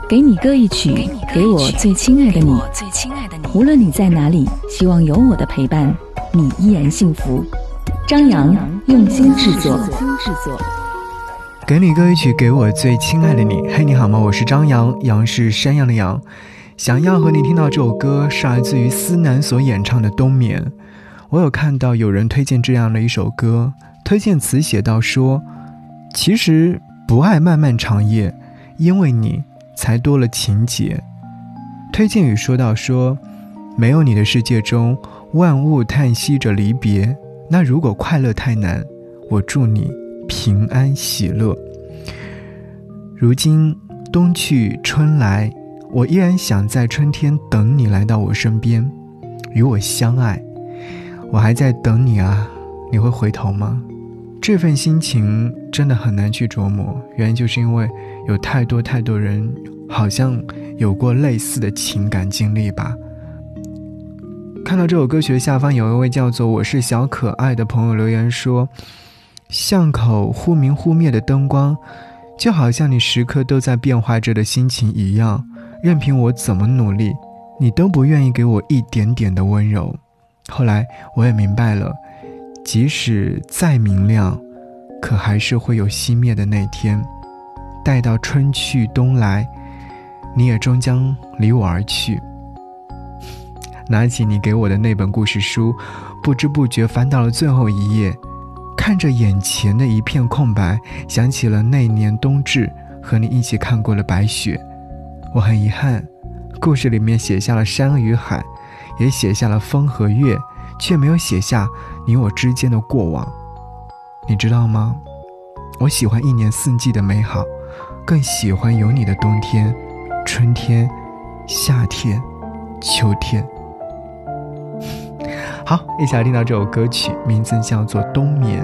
给你歌一曲，给我最亲爱的你。无论你在哪里，希望有我的陪伴，你依然幸福。张扬用心制作。 给你歌一曲，给我最亲爱的你。嘿，你好吗？我是张扬，杨是山羊的羊。想要和你听到这首歌是来自于思南所演唱的《冬眠》。我有看到有人推荐这样的一首歌，推荐词写到说，其实不爱漫漫长夜，因为你才多了情节。推荐语说到说，没有你的世界中，万物叹息着离别。那如果快乐太难，我祝你平安喜乐。如今冬去春来，我依然想在春天等你来到我身边，与我相爱。我还在等你啊，你会回头吗？这份心情真的很难去琢磨，原因就是因为有太多人好像有过类似的情感经历吧。看到这首歌曲的下方有一位叫做我是小可爱的朋友留言说，巷口忽明忽灭的灯光，就好像你时刻都在变化着的心情一样，任凭我怎么努力，你都不愿意给我一点点的温柔。后来我也明白了，即使再明亮，可还是会有熄灭的那天。待到春去冬来，你也终将离我而去。拿起你给我的那本故事书，不知不觉翻到了最后一页，看着眼前的一片空白，想起了那年冬至和你一起看过了白雪。我很遗憾，故事里面写下了山与海，也写下了风和月，却没有写下你我之间的过往。你知道吗？我喜欢一年四季的美好，更喜欢有你的冬天、春天、夏天、秋天。好，一起来听到这首歌曲，名字叫做《冬眠》。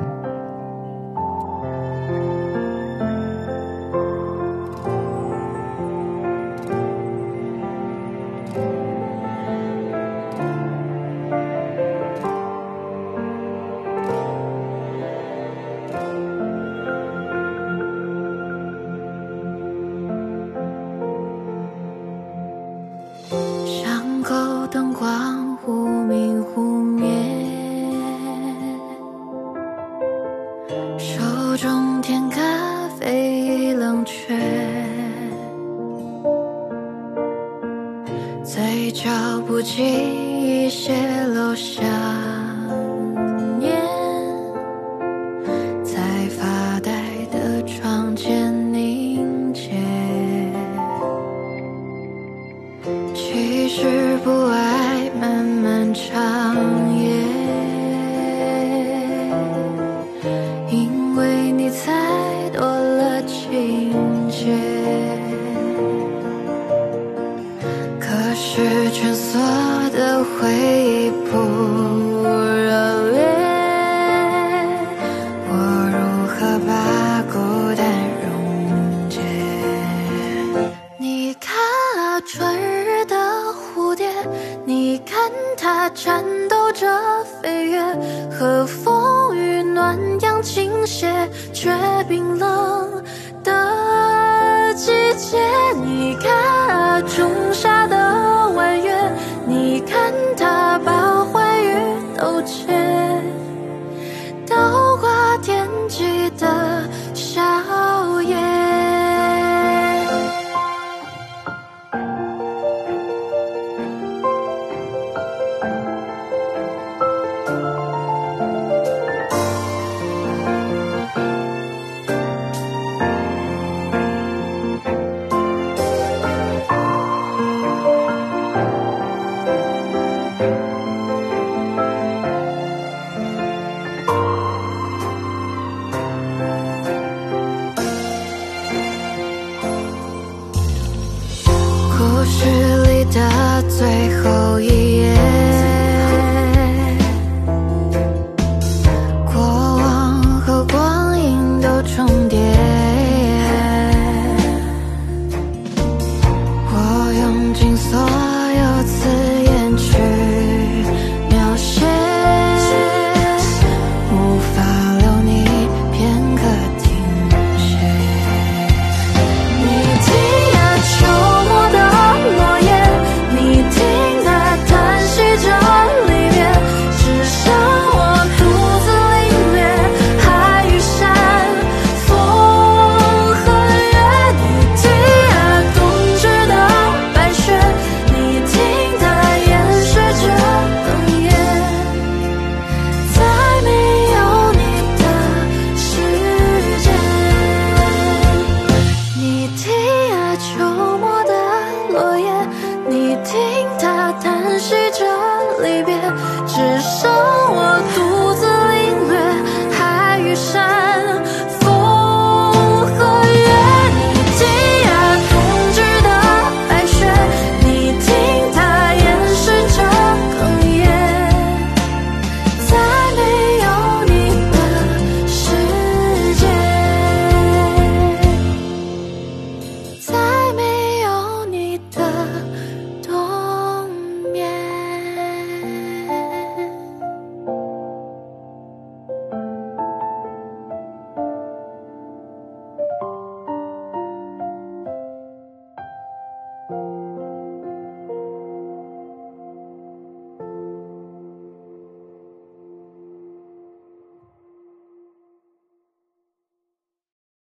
巷口灯光忽明忽灭，手中添咖啡已冷却，嘴角不经意泄露想念，在发呆的窗前凝结。其实不爱漫漫长夜，因为你才多了情节。可是蜷缩的回忆不热烈，我如何把孤单溶解？你看啊，春日的蝴蝶，你看它颤抖着飞跃，和风与暖阳倾斜，却冰冷的季节。你看啊，仲夏的弯月，你看它把欢愉都切，倒挂天际的笑靥。故事里的最后一页，过往和光阴都重叠，我用尽所有字眼去描写，无法留你片刻停歇。你听啊，秋惜着离别，只剩